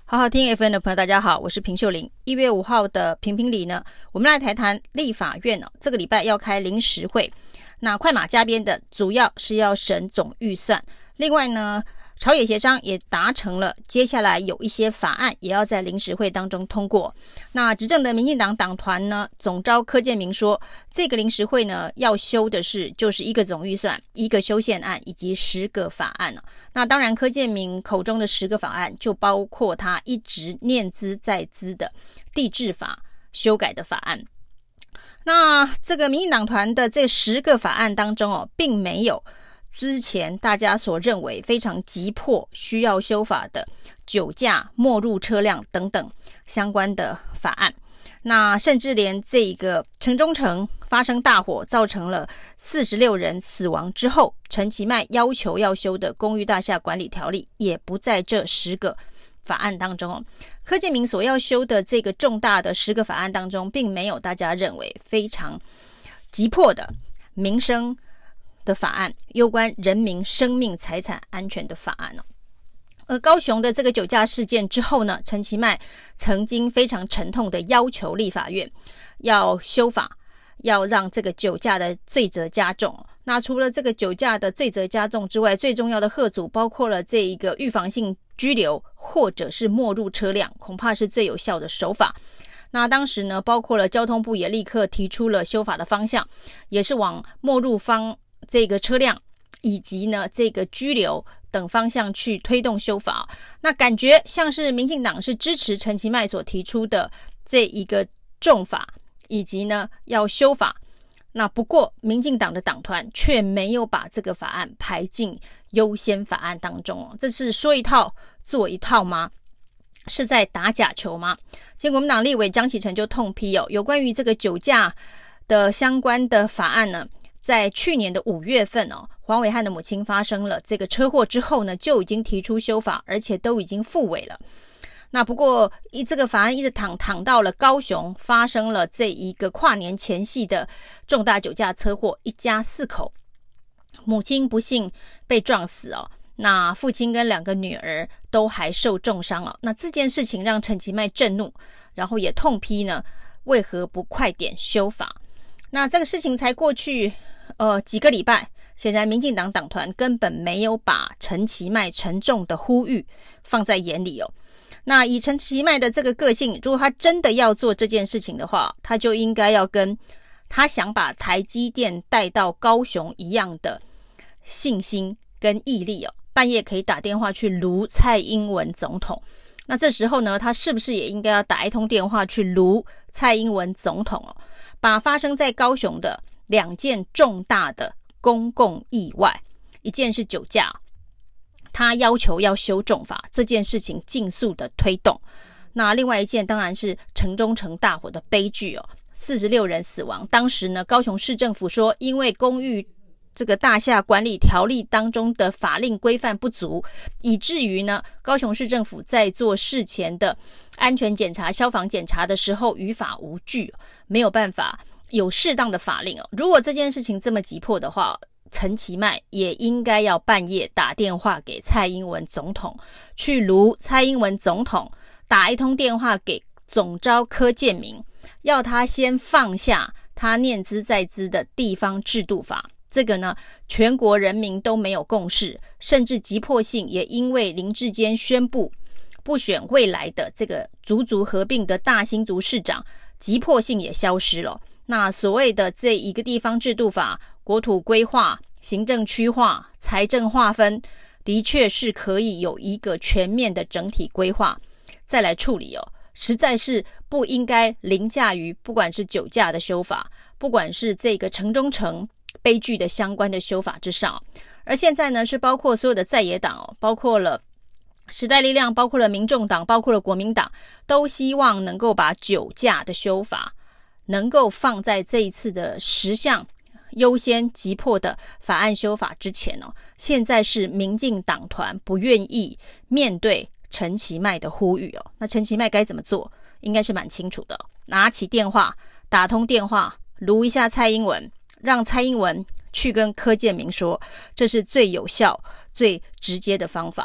好好听 FM 的朋友大家好，我是平秀玲。1月5号的评评理呢，我们来谈立法院这个礼拜要开临时会，那快马加鞭的主要是要审总预算，另外呢朝野协商也达成了，接下来有一些法案也要在临时会当中通过。那执政的民进党党团呢，总召柯建铭说，这个临时会呢要修的就是一个总预算、一个修宪案以及10个法案。那当然柯建铭口中的10个法案就包括他一直念兹在兹的地制法修改的法案。那这个民进党团的这10个法案当中并没有之前大家所认为非常急迫需要修法的酒驾、没入车辆等等相关的法案。那甚至连这个城中城发生大火造成了46人死亡之后，陈其迈要求要修的公寓大厦管理条例也不在这10个法案当中。柯建铭所要修的这个重大的10个法案当中，并没有大家认为非常急迫的民生的法案，有关人民生命财产安全的法案。而高雄的这个酒驾事件之后呢，陈其迈曾经非常沉痛的要求立法院要修法，要让这个酒驾的罪责加重。那除了这个酒驾的罪责加重之外，最重要的吓阻包括了这一个预防性拘留或者是没入车辆，恐怕是最有效的手法。那当时呢，包括了交通部也立刻提出了修法的方向，也是往没入这个车辆以及呢这个拘留等方向去推动修法。那感觉像是民进党是支持陈其迈所提出的这一个重法以及呢要修法。那不过民进党的党团却没有把这个法案排进优先法案当中。这是说一套做一套吗？是在打假球吗？结果国民党立委江启臣就痛批有关于这个酒驾的相关的法案呢，在去年的5月份黄伟汉的母亲发生了这个车祸之后呢，就已经提出修法，而且都已经复委了。那不过这个法案一直躺到了高雄，发生了这一个跨年前夕的重大酒驾车祸，一家4口，母亲不幸被撞死那父亲跟2个女儿都还受重伤那这件事情让陈其迈震怒，然后也痛批呢，为何不快点修法？那这个事情才过去几个礼拜，显然民进党党团根本没有把陈其迈沉重的呼吁放在眼里那以陈其迈的这个个性，如果他真的要做这件事情的话，他就应该要跟他想把台积电带到高雄一样的信心跟毅力半夜可以打电话去撸蔡英文总统。那这时候呢，他是不是也应该要打一通电话去撸蔡英文总统把发生在高雄的2件重大的公共意外，一件是酒驾，他要求要修重法，这件事情尽速的推动。那另外一件当然是城中城大火的悲剧46人死亡。当时呢，高雄市政府说，因为公寓这个大厦管理条例当中的法令规范不足，以至于呢，高雄市政府在做事前的安全检查、消防检查的时候于法无据，没有办法有适当的法令如果这件事情这么急迫的话，陈其迈也应该要半夜打电话给蔡英文总统，去撸蔡英文总统，打一通电话给总召柯建铭，要他先放下他念兹在兹的地方制度法。这个呢，全国人民都没有共识，甚至急迫性也因为林智坚宣布不选未来的这个竹竹合并的大新竹市长，急迫性也消失了。那所谓的这一个地方制度法、国土规划、行政区划、财政划分，的确是可以有一个全面的整体规划再来处理实在是不应该凌驾于不管是酒驾的修法，不管是这个城中城悲剧的相关的修法之上。而现在呢，是包括所有的在野党包括了时代力量，包括了民众党，包括了国民党，都希望能够把酒驾的修法能够放在这一次的10项优先急迫的法案修法之前现在是民进党团不愿意面对陈其迈的呼吁那陈其迈该怎么做？应该是蛮清楚的，拿起电话，打通电话，撸一下蔡英文，让蔡英文去跟柯建铭说，这是最有效、最直接的方法。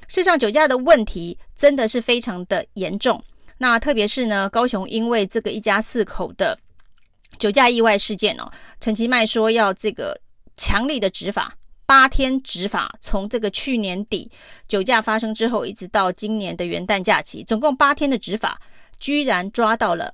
事实上酒驾的问题真的是非常的严重，那特别是呢高雄因为这个一家4口的酒驾意外事件陈其迈说要这个强力的执法，8天执法，从这个去年底酒驾发生之后一直到今年的元旦假期，总共8天的执法，居然抓到了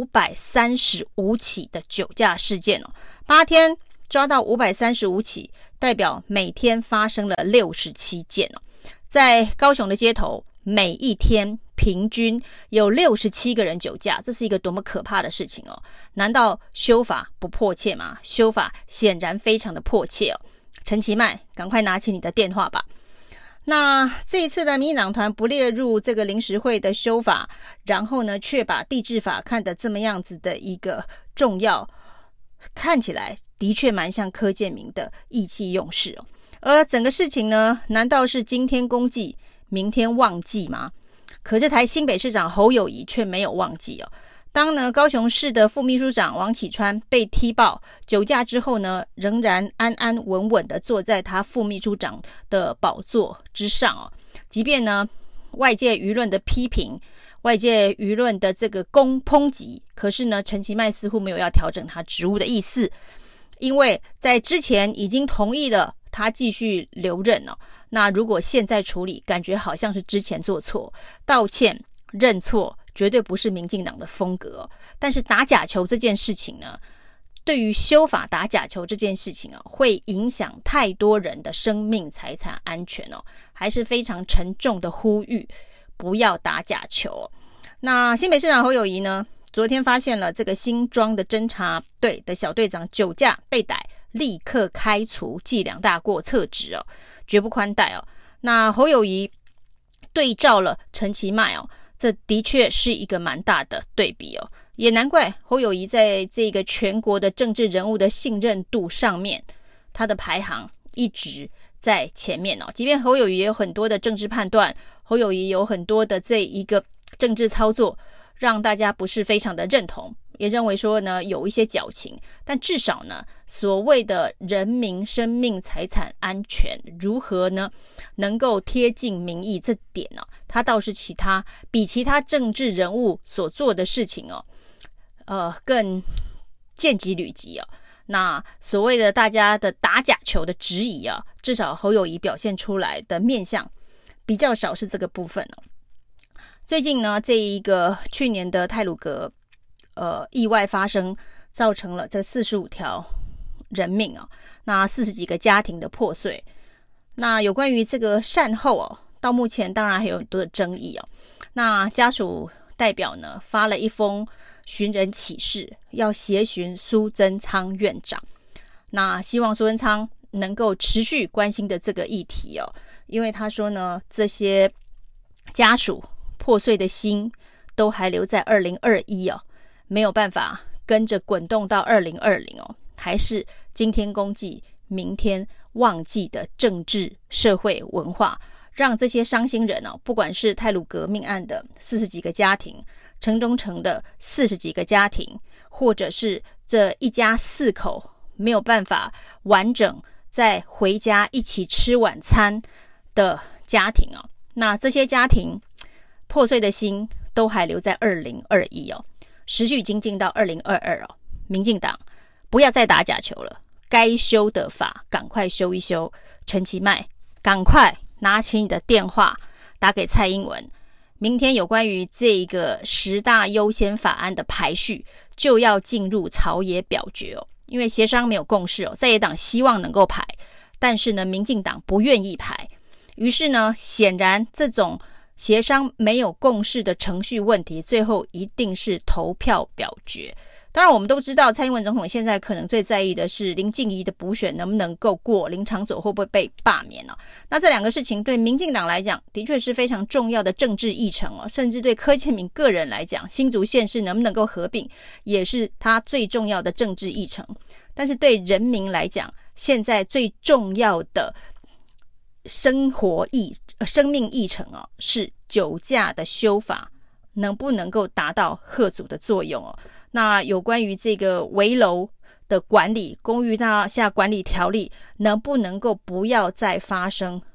535起的酒驾事件8天抓到535起，代表每天发生了67件在高雄的街头，每一天平均有67个人酒驾，这是一个多么可怕的事情难道修法不迫切吗？修法显然非常的迫切陈其迈，赶快拿起你的电话吧。那这一次的民进党团不列入这个临时会的修法，然后呢却把地治法看得这么样子的一个重要，看起来的确蛮像柯建铭的意气用事而整个事情呢，难道是今天公祭明天忘记吗？可是新北市长侯友宜却没有忘记当呢高雄市的副秘书长王启川被踢爆酒驾之后呢，仍然安安稳稳的坐在他副秘书长的宝座之上即便呢外界舆论的批评，外界舆论的这个抨击，可是呢陈其迈似乎没有要调整他职务的意思，因为在之前已经同意了他继续留任那如果现在处理，感觉好像是之前做错，道歉认错绝对不是民进党的风格但是打假球这件事情呢，对于修法打假球这件事情会影响太多人的生命财产安全还是非常沉重的呼吁，不要打假球那新北市长侯友宜呢，昨天发现了这个新庄的侦查队的小队长酒驾被逮，立刻开除，记2大过撤职绝不宽待那侯友宜对照了陈其迈这的确是一个蛮大的对比也难怪侯友宜在这个全国的政治人物的信任度上面，他的排行一直在前面即便侯友宜也有很多的政治判断，侯友宜有很多的这一个政治操作让大家不是非常的认同，也认为说呢有一些矫情，但至少呢所谓的人民生命财产安全如何呢能够贴近民意，这点他倒是比其他政治人物所做的事情更见及履及那所谓的大家的打假球的质疑至少侯友宜表现出来的面向比较少是这个部分最近呢这一个去年的太鲁阁意外发生，造成了这45条人命那40几个家庭的破碎。那有关于这个善后到目前当然还有很多的争议那家属代表呢发了一封寻人启事，要协寻苏贞昌院长，那希望苏贞昌能够持续关心的这个议题因为他说呢这些家属破碎的心都还留在2021没有办法跟着滚动到2020还是今天公祭明天忘记的政治社会文化，让这些伤心人不管是太鲁阁命案的40几个家庭，城中城的40几个家庭，或者是这一家4口没有办法完整再回家一起吃晚餐的家庭那这些家庭破碎的心都还留在2021时序已经进到2022民进党不要再打假球了，该修的法赶快修一修。陈其迈，赶快拿起你的电话打给蔡英文，明天有关于这个10大优先法案的排序就要进入朝野表决因为协商没有共识在野党希望能够排，但是呢民进党不愿意排，于是呢显然这种协商没有共识的程序问题，最后一定是投票表决。当然我们都知道蔡英文总统现在可能最在意的是林静仪的补选能不能够过，林昶佐会不会被罢免那这2个事情对民进党来讲的确是非常重要的政治议程甚至对柯建铭个人来讲，新竹县市能不能够合并也是他最重要的政治议程。但是对人民来讲，现在最重要的生命议程是酒驾的修法能不能够达到吓阻的作用那有关于这个危楼的管理，公寓大厦管理条例能不能够不要再发生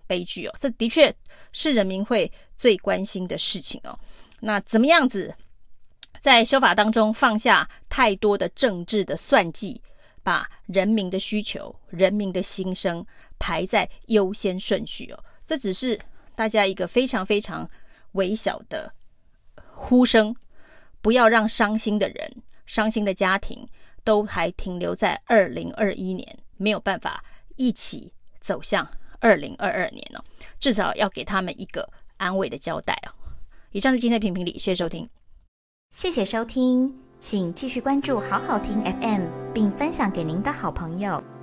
悲剧哦，这的确是人民会最关心的事情哦。那怎么样子在修法当中放下太多的政治的算计，把人民的需求、人民的心声排在优先顺序哦？这只是大家一个非常非常微小的呼声，不要让伤心的人、伤心的家庭都还停留在2021年，没有办法一起走向2022年哦，至少要给他们一个安慰的交代哦。以上是今天的评评理，谢谢收听。 谢谢收听，请继续关注好好听 FM， 并分享给您的好朋友。